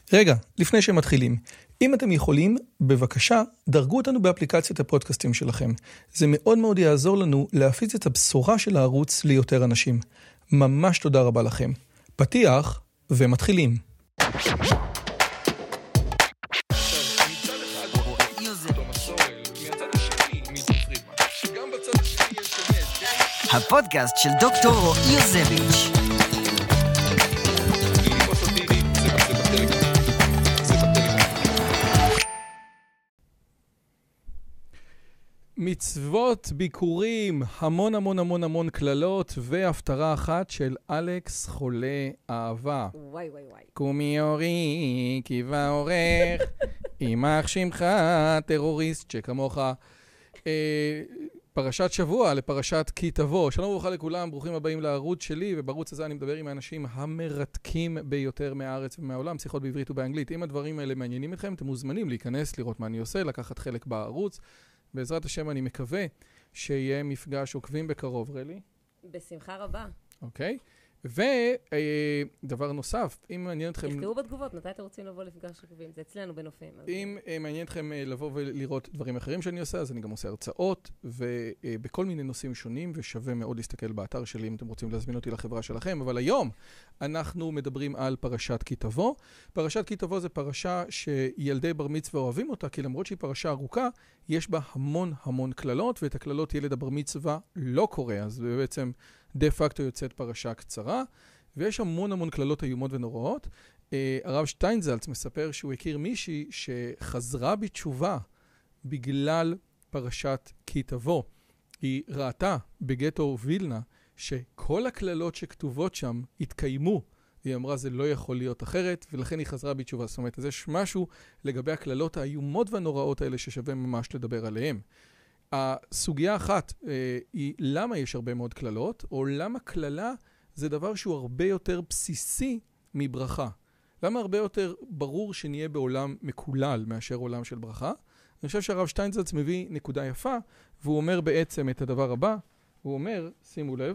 רגע, לפני שמתחילים, אם אתם יכולים, בבקשה, דרגו אותנו באפליקציית הפודקאסטים שלכם. זה מאוד מאוד יעזור לנו להפיץ את הבשורה של הערוץ ליותר אנשים. ממש תודה רבה לכם. פתיח ומתחילים. הפודקאסט של דוקטור רועי יוזביץ'. מצוות, ביקורים, המון קללות, והפטרה אחת של אלכס חולה אהבה. וואי. קומי אורי, קיבה אורך, אימך שמך, טרוריסט שכמוך. פרשת שבוע לפרשת כי תבוא. שלום וברכה לכולם, ברוכים הבאים לערוץ שלי, ובערוץ הזה אני מדבר עם האנשים המרתקים ביותר מהארץ ומהעולם, שיחות בעברית ובאנגלית. אם הדברים האלה מעניינים אתכם, אתם מוזמנים להיכנס, לראות מה אני עושה, לקחת חלק בערוץ. בעזרת השם אני מקווה שיהיה מפגש עוקבים בקרוב, רלי. בשמחה רבה. אוקיי. ודבר נוסף, אם מעניין אתכם... תכתבו בתגובות, מתי אתם רוצים לבוא לפגש עוקבים? זה אצלנו בנופים. אם מעניין אתכם לבוא ולראות דברים אחרים שאני עושה, אז אני גם עושה הרצאות, ובכל מיני נושאים שונים, ושווה מאוד להסתכל באתר שלי אם אתם רוצים להזמין אותי לחברה שלכם. אבל היום אנחנו מדברים על פרשת כי תבוא. פרשת כי תבוא זה פרשה שילדי בר מצווה אוהבים אותה, כי למרות שהיא פרשה ארוכה, יש בה המון כללות, ואת הכללות ילד הבר מצווה לא קורא, אז בעצם דה פקטו יוצאת פרשה קצרה, ויש המון כללות איומות ונוראות. הרב שטיינזלץ מספר שהוא הכיר מישהי שחזרה בתשובה בגלל פרשת כי תבוא. היא ראתה בגטו וילנה שכל הכללות שכתובות שם התקיימו. היא אמרה זה לא יכול להיות אחרת, ולכן היא חזרה בתשובה. זאת אומרת, אז יש משהו לגבי הכללות האיומות והנוראות האלה ששווה ממש לדבר עליהן. הסוגיה אחת היא למה יש הרבה מאוד כללות, או למה כללה זה דבר שהוא הרבה יותר בסיסי מברכה. למה הרבה יותר ברור שנהיה בעולם מקולל מאשר עולם של ברכה? אני חושב שהרב שטיינזלץ מביא נקודה יפה, והוא אומר בעצם את הדבר הבא, הוא אומר, שימו לב,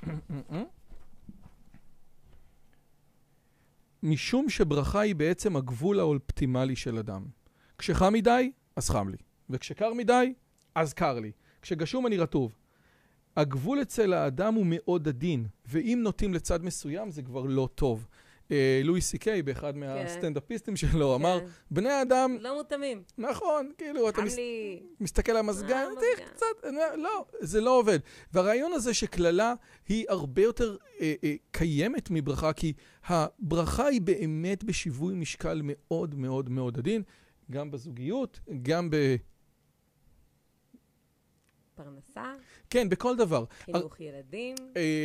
משום שברכה היא בעצם הגבול האופטימלי של אדם. כשחם מדי, אז חם לי. וכשקר מדי, אז קר לי. כשגשום אני רטוב. הגבול אצל האדם הוא מאוד עדין, ואם נוטים לצד מסוים זה כבר לא טוב. לואי סי-קיי באחד מהסטנדאפיסטים שלו אמר, בני האדם... לא מותאמים. נכון, כאילו אתה מסתכל על המזגן, צריך קצת, לא, זה לא עובד. והרעיון הזה שכללה היא הרבה יותר קיימת מברכה, כי הברכה היא באמת בשיווי משקל מאוד עדין, גם בזוגיות, גם פרנסה. כן, בכל דבר. חינוך ילדים.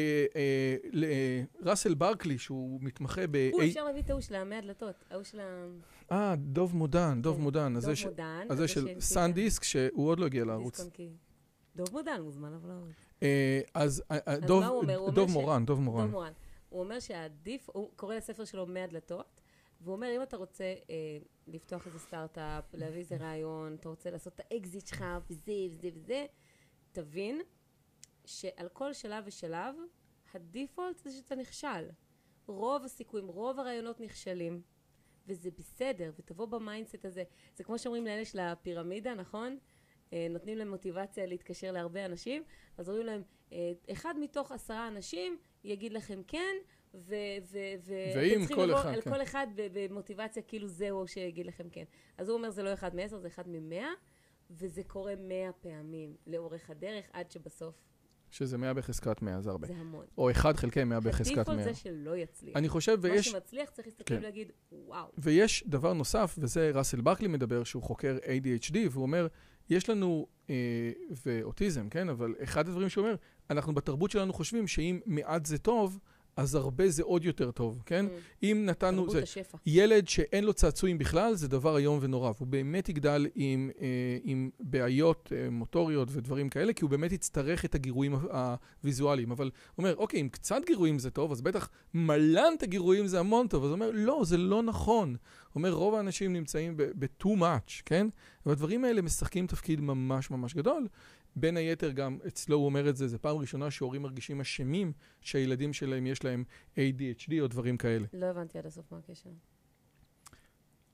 ראסל ברקלי, שהוא מתמחה אפשר להביא את ההוא של המאה הדלתות. ההוא של דוב מודן. הזה של סנדיסק, שהוא עוד לא הגיע לערוץ. דוב מודן מוזמן לבוא לערוץ. אז דוב מורן. הוא אומר שהעדיף, הוא קורא לספר שלו 100 דלתות, והוא אומר, אם אתה רוצה לפתוח איזה סטארט-אפ, להביא איזה רעיון, אתה רוצה לעשות את האקזיט שלך, וזה, תבין שעל כל שלב ושלב, הדיפולט זה שאתה נכשל. רוב הסיכויים, רוב הרעיונות נכשלים, וזה בסדר, ותבוא במיינדסט הזה. זה כמו שאומרים לאלה של הפירמידה, נכון? נותנים להם מוטיבציה להתקשר להרבה אנשים, אז אומרים להם, אחד מתוך 10 אנשים יגיד לכם כן, ואם כל אחד, על כל אחד במוטיבציה כאילו זהו שיגיד לכם כן. אז הוא אומר זה לא 1 מ-10, זה 1 מ-100, וזה קורה 100 פעמים לאורך הדרך עד שבסוף. שזה 100 בחזקת 100, זה הרבה. זה המון. או 1 חלקי 100 בחזקת 100. הטיפול זה שלא יצליח. אני חושב מה שמצליח צריך להסתכל ולהגיד וואו. ויש דבר נוסף, וזה ראסל ברקלי מדבר, שהוא חוקר ADHD, והוא אומר, יש לנו ואוטיזם, כן? אבל אחד הדברים שהוא אומר, אנחנו בתרבות שלנו חושבים שאם מעט זה טוב, אז הרבה זה עוד יותר טוב, כן? אם נתנו, זה ילד שאין לו צעצועים בכלל, זה דבר איום ונורא. הוא באמת יגדל עם בעיות מוטוריות ודברים כאלה, כי הוא באמת יצטרך את הגירויים הוויזואליים. אבל הוא אומר, אוקיי, אם קצת גירויים זה טוב, אז בטח מלנת הגירויים זה המון טוב. אז הוא אומר, לא, זה לא נכון. הוא אומר, רוב האנשים נמצאים ב-too much, כן? והדברים האלה משחקים תפקיד ממש גדול. בין היתר גם אצלו הוא אומר את זה, זה פעם ראשונה שהורים מרגישים אשמים שהילדים שלהם יש להם ADHD או דברים כאלה. לא הבנתי עד הסוף מה הקשר.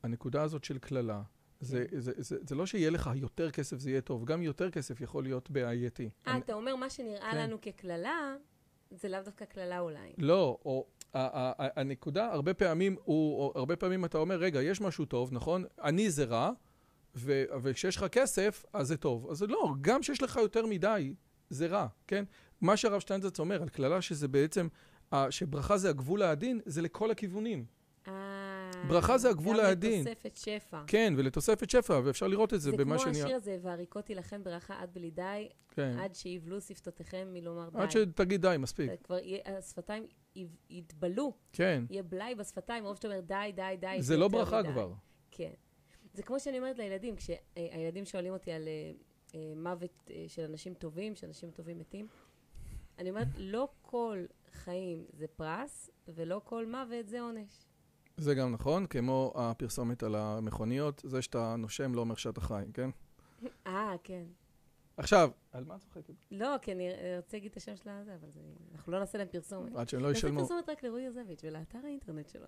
הנקודה הזאת של כללה, זה לא שיהיה לך יותר כסף, זה יהיה טוב. גם יותר כסף יכול להיות בעייתי. אתה אומר מה שנראה לנו ככללה, זה לאו דווקא כללה אולי. לא, או הנקודה, הרבה פעמים אתה אומר, רגע, יש משהו טוב, נכון? אני זה רע, וכשיש לך כסף, אז זה טוב. אז לא, גם שיש לך יותר מדי, זה רע, כן? מה שהרב שטיינזלץ אומר על כללה, שזה בעצם, שברכה זה הגבול העדין, זה לכל הכיוונים. ברכה זה הגבול העדין. גם לתוספת שפע. כן, ולתוספת שפע, ואפשר לראות את זה במה זה כמו השיר הזה, והריקותי לכם ברכה עד בלי די, עד שיבלו שפתותיכם מלומר די. עד שתגיד די, מספיק. כבר השפתיים יתבלו. כן. יהיה בלאי בשפתיים, רוב שאתה אומר די, די, די. זה לא ברכה כבר. כן. זה כמו שאני אומרת לילדים, כשהילדים שואלים אותי על מוות של אנשים טובים, שאנשים טובים מתים, אני אומרת, לא כל חיים זה פרס, ולא כל מוות זה עונש. זה גם נכון, כמו הפרסומת על המכוניות, זה שאתה נושם לא אומר שאתה חי, כן? כן. עכשיו, על מה את צוחקת? לא, כי אני רוצה להגיד את השם שלה הזה, אבל אנחנו לא נעשה להם פרסומת. עד שהם לא ישלמו. נעשה פרסומת רק לרועי יוזביץ' ולאתר האינטרנט שלו.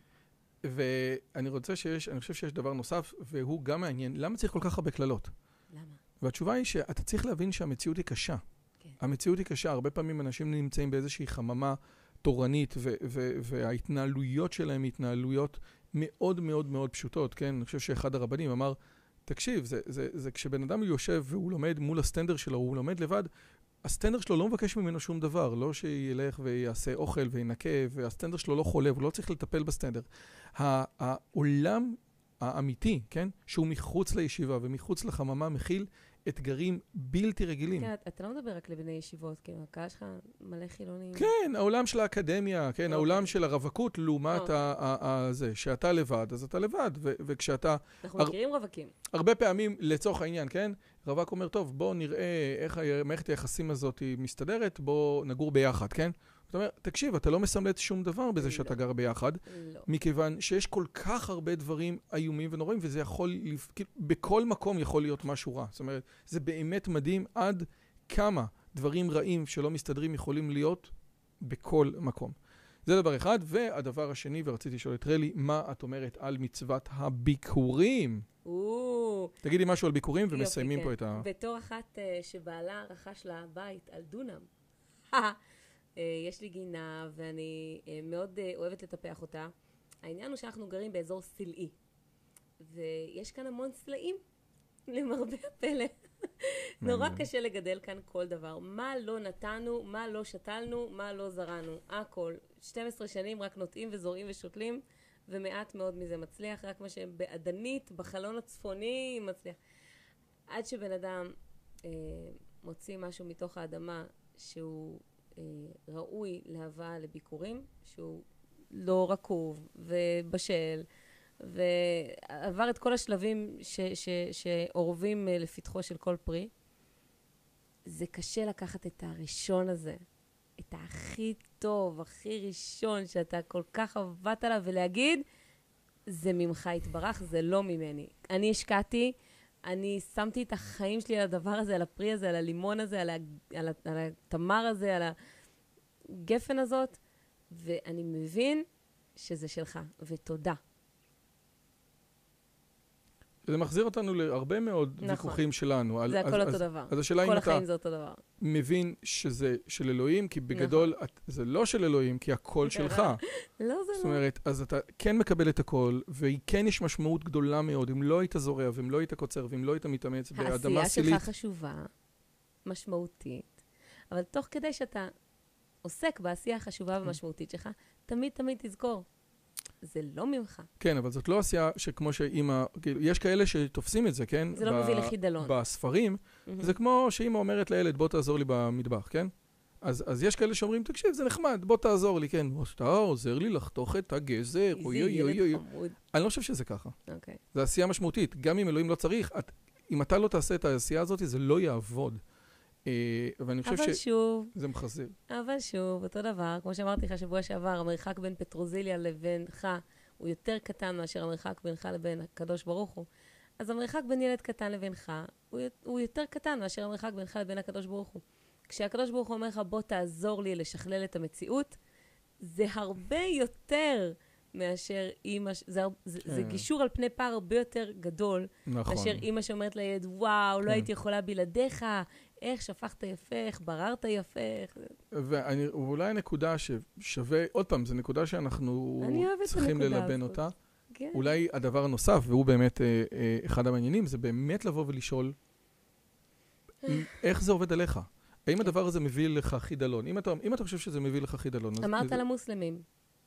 ואני חושב שיש דבר נוסף, והוא גם מעניין, למה צריך כל כך הרבה כללות? למה? והתשובה היא שאתה צריך להבין שהמציאות היא קשה. כן. המציאות היא קשה, הרבה פעמים אנשים נמצאים באיזושהי חממה תורנית, וההתנהלויות שלהם הן התנהלויות מאוד מאוד מאוד פשוטות, כן? אני חושב שאחד הרבנים אמר, תקשיב, זה כשבן אדם יושב והוא לומד מול הסטנדר שלו, הוא לומד לבד, הסטנדר שלו לא מבקש ממנו שום דבר, לא שילך ויעשה אוכל וינקה, והסטנדר שלו לא חולה, הוא לא צריך לטפל בסטנדר. העולם האמיתי, כן? שהוא מחוץ לישיבה ומחוץ לחממה מכיל אתגרים בלתי רגילים. כן, אתה לא מדבר רק לבני ישיבות, כאילו, הקהל שלך מלא חילונים. כן, העולם של האקדמיה, כן, העולם של הרווקות לעומת זה, שאתה לבד, אז אתה לבד, וכשאתה... אנחנו מכירים רווקים. הרבה פעמים, לצורך העניין, כן, רווק אומר, טוב, בוא נראה איך מערכת היחסים הזאת מסתדרת, בוא נגור ביחד, כן? זאת אומרת, תקשיב, אתה לא מסמלט שום דבר בזה שאתה גר ביחד, מכיוון שיש כל כך הרבה דברים איומים ונוראים, וזה יכול, בכל מקום יכול להיות משהו רע. זאת אומרת, זה באמת מדהים עד כמה דברים רעים שלא מסתדרים יכולים להיות בכל מקום. זה דבר אחד, והדבר השני, ורציתי לשאול את רלי, מה את אומרת על מצוות הביקורים? תגידי משהו על ביקורים ומסיימים פה את ה... בתור אחת שבעלה רכש לה בית על דונם. יש לי גינה ואני מאוד אוהבת לטפח אותה. העניין הוא שאנחנו גרים באזור סלעי. ויש כאן המון סלעים, למרבה הפלא. נורא קשה לגדל כאן כל דבר. מה לא נתנו, מה לא שתלנו, מה לא זרענו. הכל. 12 שנים רק נוטעים וזורעים ושותלים, ומעט מאוד מזה מצליח. רק מה שבעדנית, בחלון הצפוני מצליח. עד שבן אדם מוציא משהו מתוך האדמה שהוא... ראוי להבאה לביקורים, שהוא לא רקוב ובשל, ועבר את כל השלבים שעורבים לפתחו של כל פרי. זה קשה לקחת את הראשון הזה, את הכי טוב, הכי ראשון, שאתה כל כך עבדת עליו, ולהגיד, זה ממך התברך, זה לא ממני. אני השקעתי, אני שמתי את החיים שלי על הדבר הזה, על הפרי הזה, על הלימון הזה, על התמר הזה, על הגפן הזאת, ואני מבין שזה שלך, ותודה. זה מחזיר אותנו להרבה מאוד ויכוחים שלנו. זה הכל אותו דבר. אז השאלה כל החיים זה אותו דבר. מבין שזה של אלוהים, כי בגדול זה לא של אלוהים, כי הכל שלך. לא, זה לא. זאת אומרת, אז אתה כן מקבל את הכל, וכן יש משמעות גדולה מאוד, אם לא היית זורע, ואם לא היית קוצר, ואם לא היית מתאמץ באדמה סילית. העשייה שלך חשובה, משמעותית, אבל תוך כדי שאתה עוסק בעשייה החשובה ומשמעותית שלך, תמיד תזכור. זה לא ממך. כן, אבל זאת לא עשייה שכמו שאמא, יש כאלה שתופסים את זה, כן? זה לא מביא לחידלון. בספרים, זה כמו שאמא אומרת לילד, בוא תעזור לי במטבח, כן? אז יש כאלה שאומרים, תקשיב, זה נחמד, בוא תעזור לי, כן? אתה עוזר לי לחתוך את הגזר, אוי אוי אוי אוי. אני לא חושב שזה ככה. זה עשייה משמעותית. גם אם אלוהים לא צריך, אם אתה לא תעשה את העשייה הזאת, זה לא יעבוד. ואני חושב שזה מחזיר. אבל שוב, אותו דבר, כמו שאמרתי לך שבוע שעבר, המרחק בין פטרוזיליה לבינך הוא יותר קטן מאשר המרחק בינך לבין הקדוש ברוך הוא. אז המרחק בין ילד קטן לבינך הוא יותר קטן מאשר המרחק בינך לבין הקדוש ברוך הוא. כשהקדוש ברוך הוא אומר לך, בוא תעזור לי לשכלל את המציאות, זה הרבה יותר מאשר אימא, זה גישור על פני פער הרבה יותר גדול, נכון. מאשר אימא שאומרת לילד, וואו, לא הייתי יכולה בלעדיך, איך שפכת יפה, איך בררת יפה. ואולי הנקודה ששווה, עוד פעם, זו נקודה שאנחנו צריכים ללבן אותה. כן. אולי הדבר הנוסף, והוא באמת אחד המעניינים, זה באמת לבוא ולשאול, איך זה עובד עליך? האם הדבר הזה מביא לך חידלון? אם אתה חושב שזה מביא לך חידלון... אמרת למוסלמים.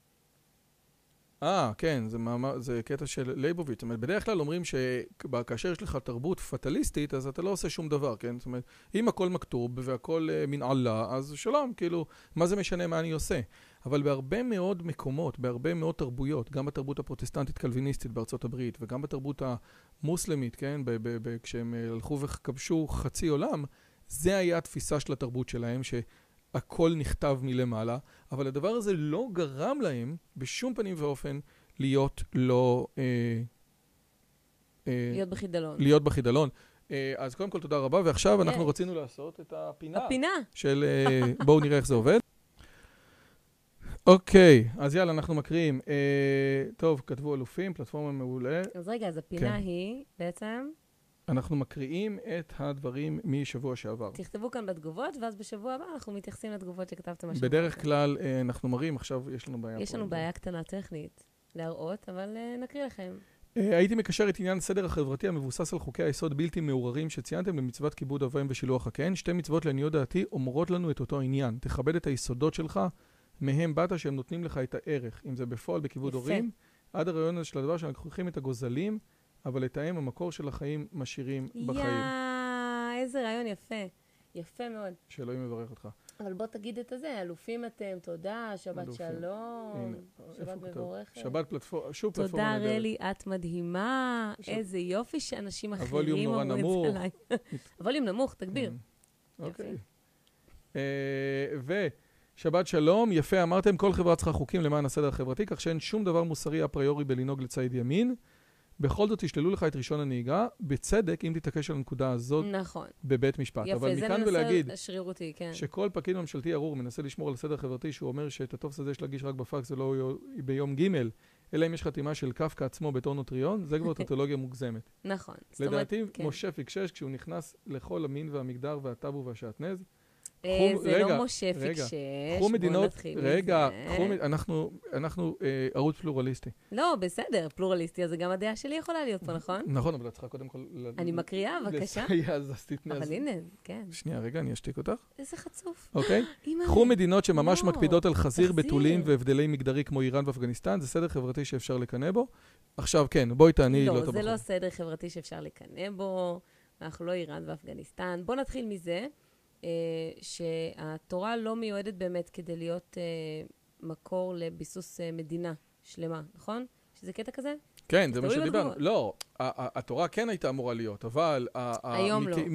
כן, זה קטע של לייבוביץ'. זאת אומרת, בדרך כלל אומרים שכאשר יש לך תרבות פטליסטית, אז אתה לא עושה שום דבר, כן? זאת אומרת, אם הכל מכתוב והכל מן אללה, אז שלום, כאילו, מה זה משנה מה אני עושה? אבל בהרבה מאוד מקומות, בהרבה מאוד תרבויות, גם בתרבות הפרוטסטנטית קלוויניסטית בארצות הברית, וגם בתרבות המוסלמית, כן? כשהם הלכו וכבשו חצי עולם, זה היה התפיסה של התרבות שלהם, הכל נכתב מלמעלה, אבל הדבר הזה לא גרם להם בשום פנים ואופן להיות להיות בחידלון. להיות בחידלון. אז קודם כל תודה רבה, ועכשיו אנחנו רצינו לעשות את הפינה. של בואו נראה איך זה עובד. אוקיי, אז יאללה, אנחנו מקריאים. טוב, כתבו אלופים, פלטפורמה מעולה. אז רגע, אז הפינה היא בעצם... אנחנו מקריאים את הדברים משבוע שעבר. תכתבו כאן בתגובות, ואז בשבוע הבא אנחנו מתייחסים לתגובות שכתבתם משהו. בדרך כלל אנחנו מראים, עכשיו יש לנו בעיה. יש לנו בעיה קטנה טכנית להראות, אבל נקריא לכם. הייתי מקשר את עניין הסדר החברתי המבוסס על חוקי היסוד בלתי מעורערים שציינתם למצוות כיבוד אב ואם ושילוח הקן. שתי מצוות לעניות דעתי אומרות לנו את אותו עניין. תכבד את היסודות שלך, מהם באת שהם נותנים לך את הערך. אם זה בפועל בכיבוד הורים, עד הרעיון הזה של הדבר שאנחנו לוקחים את הגוזלים, אבל לתאם המקור של החיים משאירים בחיים. איזה רעיון יפה. יפה מאוד. שאלוהים מברך אותך. אבל בוא תגיד את הזה, אלופים אתם, תודה, שבת שלום, שבת מבורכת. שבת פלטפורמה, שוב פלטפורמה נהדרת. תודה רלי, את מדהימה, איזה יופי שאנשים אחרים הווליום נורא נמוך. הווליום נמוך, תגביר. אוקיי. ושבת שלום, יפה אמרתם, כל חברה צריכה חוקים למען הסדר החברתי, כך שאין שום דבר מוסרי אפריורי בלנהוג לצד ימין. בכל זאת תשללו לך את ראשון הנהיגה, בצדק אם תתעקש על הנקודה הזאת בבית משפט. יפה, זה מנסה שרירותי, כן. שכל פקיד ממשלתי ארור מנסה לשמור על הסדר חברתי, שהוא אומר שאת הטופס הזה יש להגיש רק בפקס, זה לא ביום ג', אלא אם יש חתימה של קפקא עצמו בתור נוטריון, זה כבר טוטולוגיה מוגזמת. נכון. לדעתי, משה פיקשש, כשהוא נכנס לכל המין והמגדר והטאבו והשעטנז, זה לא משה פיקשש, בוא נתחיל מזה. רגע, אנחנו ערוץ פלורליסטי. לא, בסדר, פלורליסטי, אז גם הדעה שלי יכולה להיות פה, נכון? נכון, אבל את צריכה קודם כל... אני מקריאה, בבקשה. אבל הנה, כן. שנייה, רגע, אני אשתיק אותך. איזה חצוף. אוקיי? קחו מדינות שממש מקפידות על חזיר בתולים והבדלי מגדרי כמו איראן ואפגניסטן, זה סדר חברתי שאפשר לקנא בו. עכשיו, כן, בואי תעני לא את הבחור. לא, זה לא סדר חברתי שאפשר לקנא בו, אנחנו לא איראן ואפגניסטן. בוא נתחיל מזה. שהתורה לא מיועדת באמת כדי להיות מקור לביסוס מדינה שלמה, נכון? שזה קטע כזה? כן, זה מה שדיברנו. לא, התורה כן הייתה אמורה להיות, אבל היום לא.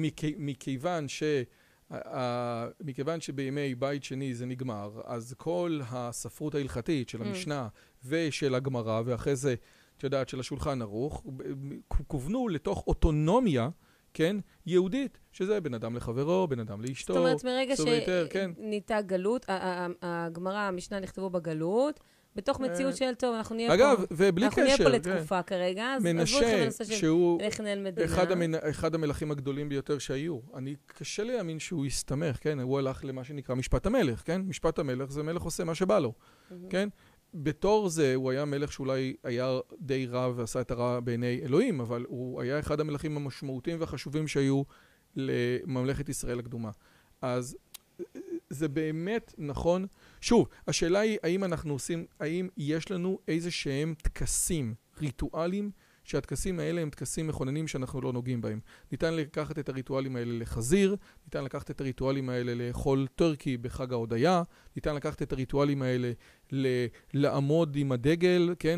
מכיוון שבימי בית שני זה נגמר, אז כל הספרות ההלכתית של המשנה ושל הגמרא, ואחרי זה, את יודעת, של השולחן ערוך, כוונו לתוך אוטונומיה, כן, יהודית, שזה בן אדם לחברו, בן אדם לאשתו. זאת אומרת, מרגע שניתה גלות, הגמרא, המשנה נכתבו בגלות, בתוך מציאות של טוב, אנחנו נהיה אגב, ובלי קשר, אנחנו נהיה פה לתקופה כרגע, אז עזבו אתכם בנושא של איך נהל מדינה. אחד המלכים הגדולים ביותר שהיו. אני קשה להאמין שהוא יסתמך, כן? הוא הלך למה שנקרא משפט המלך, כן? משפט המלך זה מלך עושה מה שבא לו, כן? בתור זה הוא היה מלך שאולי היה די רע ועשה את הרע בעיני אלוהים, אבל הוא היה אחד המלכים המשמעותיים והחשובים שהיו לממלכת ישראל הקדומה. אז זה באמת נכון. שוב, השאלה היא האם יש לנו איזה שהם טקסים, ריטואלים, שהטקסים האלה הם טקסים מכוננים שאנחנו לא נוגעים בהם. ניתן לקחת את הריטואלים האלה לחזיר, ניתן לקחת את הריטואלים האלה לאכול טורקי בחג ההודיה, ניתן לקחת את הריטואלים האלה לעמוד עם הדגל, כן,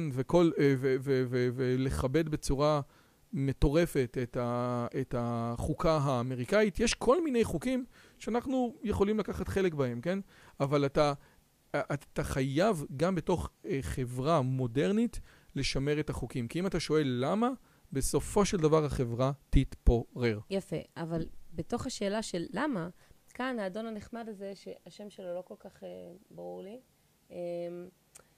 ולכבד בצורה מטורפת את החוקה האמריקאית. יש כל מיני חוקים שאנחנו יכולים לקחת חלק בהם, כן? אבל אתה חייב גם בתוך חברה מודרנית לשמר את החוקים. כי אם אתה שואל למה, בסופו של דבר החברה תתפורר. יפה, אבל בתוך השאלה של למה, כאן האדון הנחמד הזה, שהשם שלו לא כל כך ברור לי,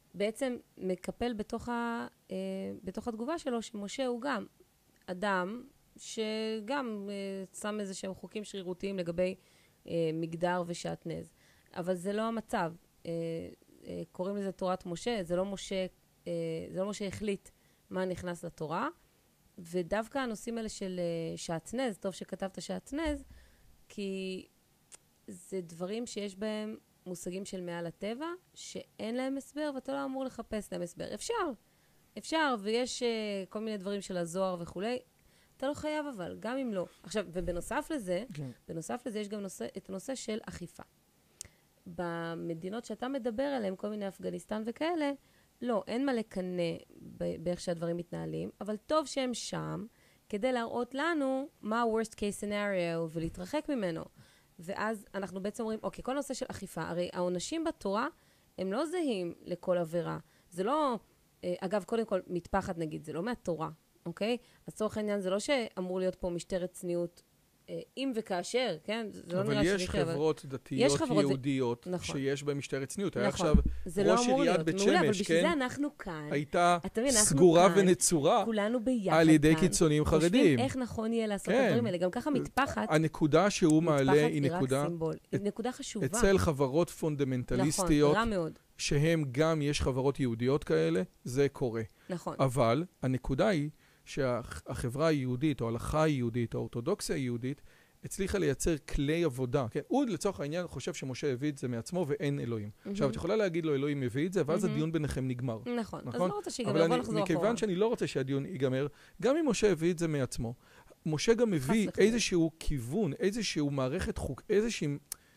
בעצם מקפל בתוך התגובה שלו, שמשה הוא גם אדם שגם שם איזה שהם חוקים שרירותיים לגבי מגדר ושעטנז. אבל זה לא המצב. קוראים לזה תורת משה, זה לא משה החליט מה נכנס לתורה, ודווקא הנושאים האלה של שעטנז, טוב שכתבת שעטנז, כי זה דברים שיש בהם מושגים של מעל הטבע, שאין להם הסבר, ואתה לא אמור לחפש להם הסבר. אפשר, ויש כל מיני דברים של הזוהר וכולי, אתה לא חייב אבל, גם אם לא. עכשיו, ובנוסף לזה, יש גם את הנושא של אכיפה. במדינות שאתה מדבר עליהן, כל מיני אפגניסטן וכאלה, לא, אין מה לקנא באיך שהדברים מתנהלים, אבל טוב שהם שם, כדי להראות לנו מה ה-worst case scenario ולהתרחק ממנו. ואז אנחנו בעצם אומרים, אוקיי, כל נושא של אכיפה, הרי העונשים בתורה הם לא זהים לכל עבירה. זה לא, אגב, קודם כל, מטפחת נגיד, זה לא מהתורה, אוקיי? אז צורך העניין, זה לא שאמור להיות פה משטרת צניעות, אם וכאשר, כן? זה לא נראה אבל יש חברות דתיות יהודיות שיש בהן משטרת צניעות. היה עכשיו ראש עיריית בית שמש, אבל בשביל זה אנחנו כאן. הייתה סגורה ונצורה על ידי קיצונים חרדים. חושבים איך נכון יהיה לעשות את הדברים האלה. גם ככה מטפחת. הנקודה שהוא מעלה היא נקודה חשובה. אצל חברות פונדמנטליסטיות, שהן גם יש חברות יהודיות כאלה, זה קורה. נכון. אבל הנקודה היא שהחברה היהודית, או ההלכה היהודית, או האורתודוקסיה היהודית, הצליחה לייצר כלי עבודה. כן? הוא לצורך העניין חושב שמשה הביא את זה מעצמו ואין אלוהים. עכשיו, את יכולה להגיד לו, אלוהים הביא את זה, ואז הדיון ביניכם נגמר. נכון. אז לא רוצה שיגמר, בוא נחזור אחורה. מכיוון שאני לא רוצה שהדיון ייגמר, גם אם משה הביא את זה מעצמו, משה גם מביא איזשהו כיוון, איזשהו מערכת חוק, איזושהי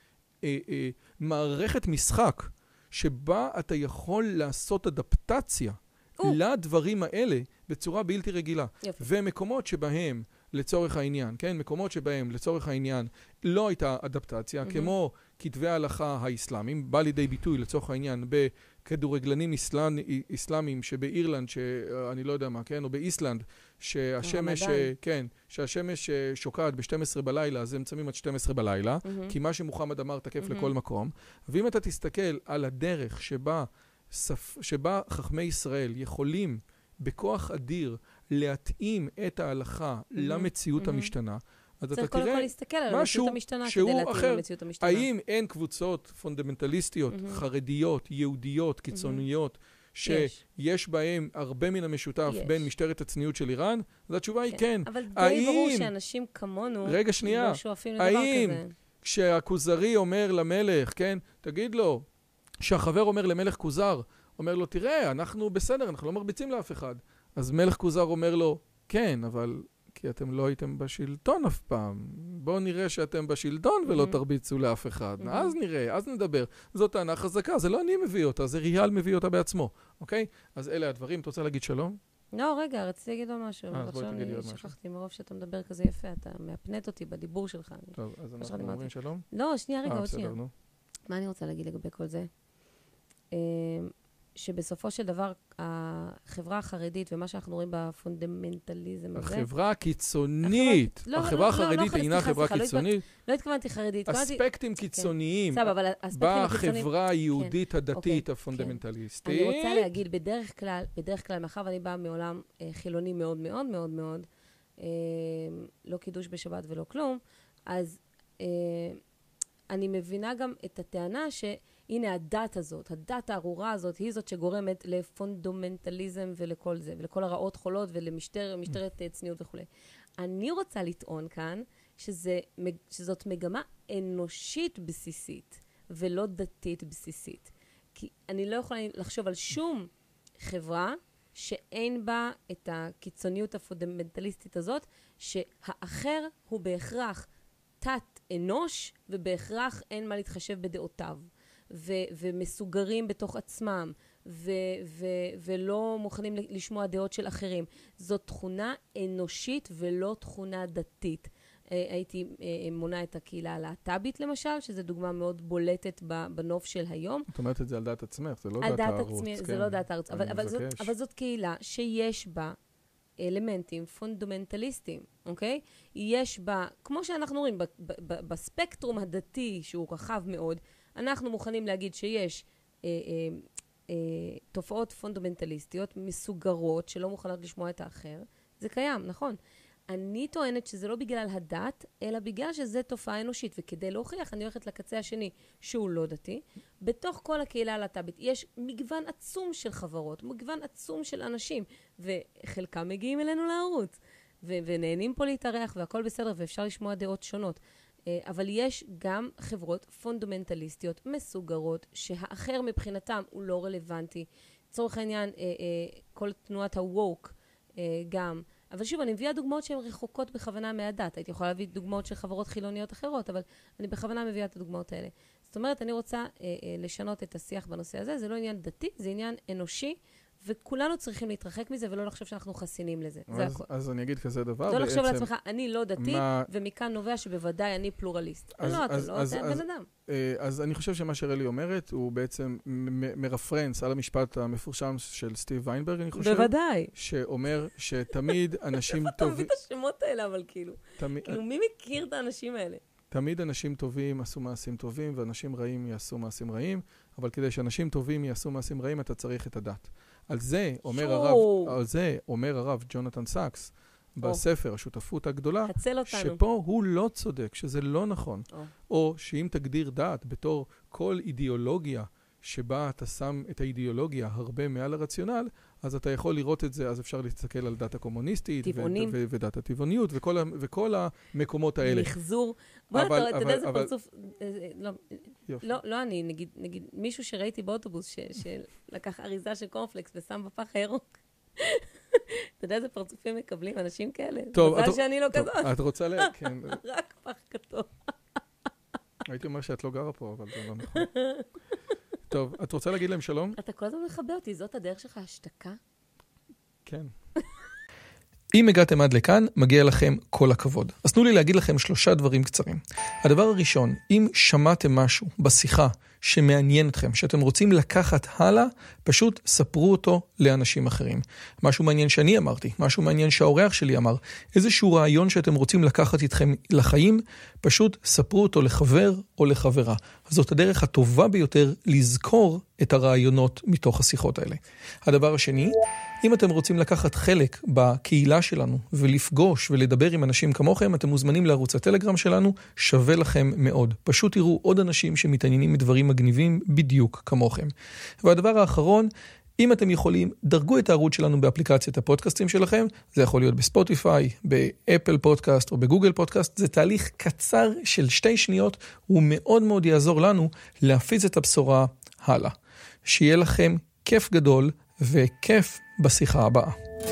מערכת משחק, שבה אתה יכול לעשות אדפטציה לדברים האלה בצורה בלתי רגילה. יופי. ומקומות שבהם, לצורך העניין, כן? מקומות שבהם, לצורך העניין, לא הייתה אדפטציה, כמו כתבי ההלכה האסלאמיים, בא לידי ביטוי, לצורך העניין, בכדורגלנים אסלאמיים שבאירלנד, שאני לא יודע מה, כן? או באיסלנד, שהשמש, כן, שהשמש שוקעת ב-12 בלילה, אז הם צמים עד 12 בלילה, כי מה שמוחמד אמר תקף לכל מקום. ואם אתה תסתכל על הדרך שבה חכמי ישראל יכולים בכוח אדיר להתאים את ההלכה למציאות המשתנה, אז אתה תראה משהו שהוא אחר. האם אין קבוצות פונדמנטליסטיות, חרדיות, יהודיות, קיצוניות, שיש בהם הרבה מן המשותף בין משטרת הצניעות של איראן? אז התשובה היא כן. אבל די ברור שאנשים כמונו לא שואפים לדבר כזה. האם כשהכוזרי אומר למלך, כן, תגיד לו, שהחבר אומר למלך כוזר, אומר לו, תראה, אנחנו בסדר, אנחנו לא מרביצים לאף אחד. אז מלך כוזר אומר לו, כן, אבל כי אתם לא הייתם בשלטון אף פעם. בואו נראה שאתם בשלטון ולא תרביצו לאף אחד. אז נראה, אז נדבר. זאת טענה חזקה, זה לא אני מביא אותה, זה ריאל מביא אותה בעצמו. אוקיי? אז אלה הדברים. אתה רוצה להגיד שלום? לא, רגע, רציתי להגיד עוד משהו. אז בואי תגידי עוד משהו. שכחתי מרוב שאתה מדבר כזה יפה, אתה מאפנט אותי בדיבור שלך. טוב, אז אנחנו אומרים שלום? לא, שנייה, רגע, עוד שנייה. מה אני רוצה להגיד לגבי כל זה? שבסופו של דבר, החברה החרדית, ומה שאנחנו רואים בפונדמנטליזם הזה... החברה הקיצונית. החברה החרדית אינה חברה קיצונית. לא התכוונתי חרדית. אספקטים קיצוניים. בחברה היהודית הדתית הפונדמנטליסטית. אני רוצה להגיד, בדרך כלל, מאחר ואני באה מעולם חילוני מאוד מאוד מאוד מאוד, לא קידוש בשבת ולא כלום, אז אני מבינה גם את הטענה ש... הנה הדת הזאת, הדת הארורה הזאת, היא זאת שגורמת לפונדמנטליזם ולכל זה, ולכל הרעות חולות ולמשטרת צניעות וכו'. אני רוצה לטעון כאן שזאת מגמה אנושית בסיסית, ולא דתית בסיסית. כי אני לא יכולה לחשוב על שום חברה שאין בה את הקיצוניות הפונדמנטליסטית הזאת, שהאחר הוא בהכרח תת אנוש, ובהכרח אין מה להתחשב בדעותיו. ומסוגרים בתוך עצמם, ולא מוכנים לשמוע דעות של אחרים. זאת תכונה אנושית ולא תכונה דתית. הייתי מונה את הקהילה הלהט"בית למשל, שזו דוגמה מאוד בולטת בנוף של היום. את אומרת את זה על דעת עצמך, זה לא דעת הערוץ. זה לא דעת הערוץ, אבל זאת קהילה שיש בה אלמנטים פונדמנטליסטיים, אוקיי? יש בה, כמו שאנחנו רואים, בספקטרום הדתי שהוא רחב מאוד, אנחנו מוכנים להגיד שיש תופעות פונדמנטליסטיות, מסוגרות, שלא מוכנות לשמוע את האחר. זה קיים, נכון. אני טוענת שזה לא בגלל הדת, אלא בגלל שזה תופעה אנושית, וכדי להוכיח, אני הולכת לקצה השני, שהוא לא דתי. בתוך כל הקהילה הלהט"בית יש מגוון עצום של חברות, מגוון עצום של אנשים, וחלקם מגיעים אלינו לערוץ, ונהנים פה להתארח, והכל בסדר, ואפשר לשמוע דעות שונות. אבל יש גם חברות פונדמנטליסטיות, מסוגרות, שהאחר מבחינתם הוא לא רלוונטי. לצורך העניין, כל תנועת הווק גם. אבל שוב, אני מביאה דוגמאות שהן רחוקות בכוונה מהדת. הייתי יכולה להביא דוגמאות של חברות חילוניות אחרות, אבל אני בכוונה מביאה את הדוגמאות האלה. זאת אומרת, אני רוצה לשנות את השיח בנושא הזה. זה לא עניין דתי, זה עניין אנושי, וכולנו צריכים להתרחק מזה, ולא לחשוב שאנחנו חסינים לזה. זה הכל. אז אני אגיד כזה דבר. לא לחשוב לעצמך, אני לא דתי, ומכאן נובע שבוודאי אני פלורליסט. לא, אתה לא, זה בן אדם. אז אני חושב שמה שרלי אומרת, הוא בעצם מרפרנס על המשפט המפורשם של סטיב ויינברג, אני חושב. בוודאי. שאומר שתמיד אנשים טובים... אתה מביא את השמות האלה, אבל כאילו, מי מכיר את האנשים האלה? תמיד אנשים טובים עשו מעשים טובים, ואנשים רעים יעשו מעשים רעים, אבל כדי שאנשים טובים יעשו מעשים רעים, אתה צריך את הדת. על זה אומר הרב ג'ונתן סאקס, בספר השותפות הגדולה, שפה הוא לא צודק, שזה לא נכון. או שאם תגדיר דת בתור כל אידיאולוגיה, שבה אתה שם את האידיאולוגיה הרבה מעל הרציונל, אז אתה יכול לראות את זה, אז אפשר להסתכל על דת הקומוניסטית, ודת הטבעוניות, וכל המקומות האלה. מחזור. בוא, אתה יודע איזה פרצוף, לא אני, נגיד, מישהו שראיתי באוטובוס, שלקח אריזה של קורנפלקס ושם בפח הירוק. אתה יודע איזה פרצופים מקבלים אנשים כאלה? טוב, מזל שאני לא כזאת. את רוצה כן. רק פח כתוב. הייתי אומר שאת לא גרה פה, אבל זה לא נכון. טוב, את רוצה להגיד להם שלום? אתה כל הזמן מחבא אותי, זאת הדרך שלך, השתקה? כן. אם הגעתם עד לכאן, מגיע לכם כל הכבוד. אז תנו לי להגיד לכם 3 דברים קצרים. הדבר הראשון, אם שמעתם משהו בשיחה שמעניין אתכם, שאתם רוצים לקחת הלאה, פשוט ספרו אותו לאנשים אחרים. משהו מעניין שאני אמרתי, משהו מעניין שהאורח שלי אמר, איזשהו רעיון שאתם רוצים לקחת איתכם לחיים, פשוט ספרו אותו לחבר או לחברה. אז זאת הדרך הטובה ביותר לזכור את הרעיונות מתוך השיחות האלה. הדבר השני, אם אתם רוצים לקחת חלק בקהילה שלנו ולפגוש ולדבר עם אנשים כמוכם, אתם מוזמנים לערוץ הטלגרם שלנו, שווה לכם מאוד. פשוט תראו עוד אנשים שמתעניינים מדברים מגניבים בדיוק כמוכם. והדבר האחרון, אם אתם יכולים, דרגו את הערוץ שלנו באפליקציית הפודקאסטים שלכם, זה יכול להיות בספוטיפיי, באפל פודקאסט או בגוגל פודקאסט, זה תהליך קצר של 2 שניות, הוא מאוד מאוד יעזור לנו להפיץ את הבשורה הלאה. שיהיה לכם כיף גדול וכיף בשיחה הבאה.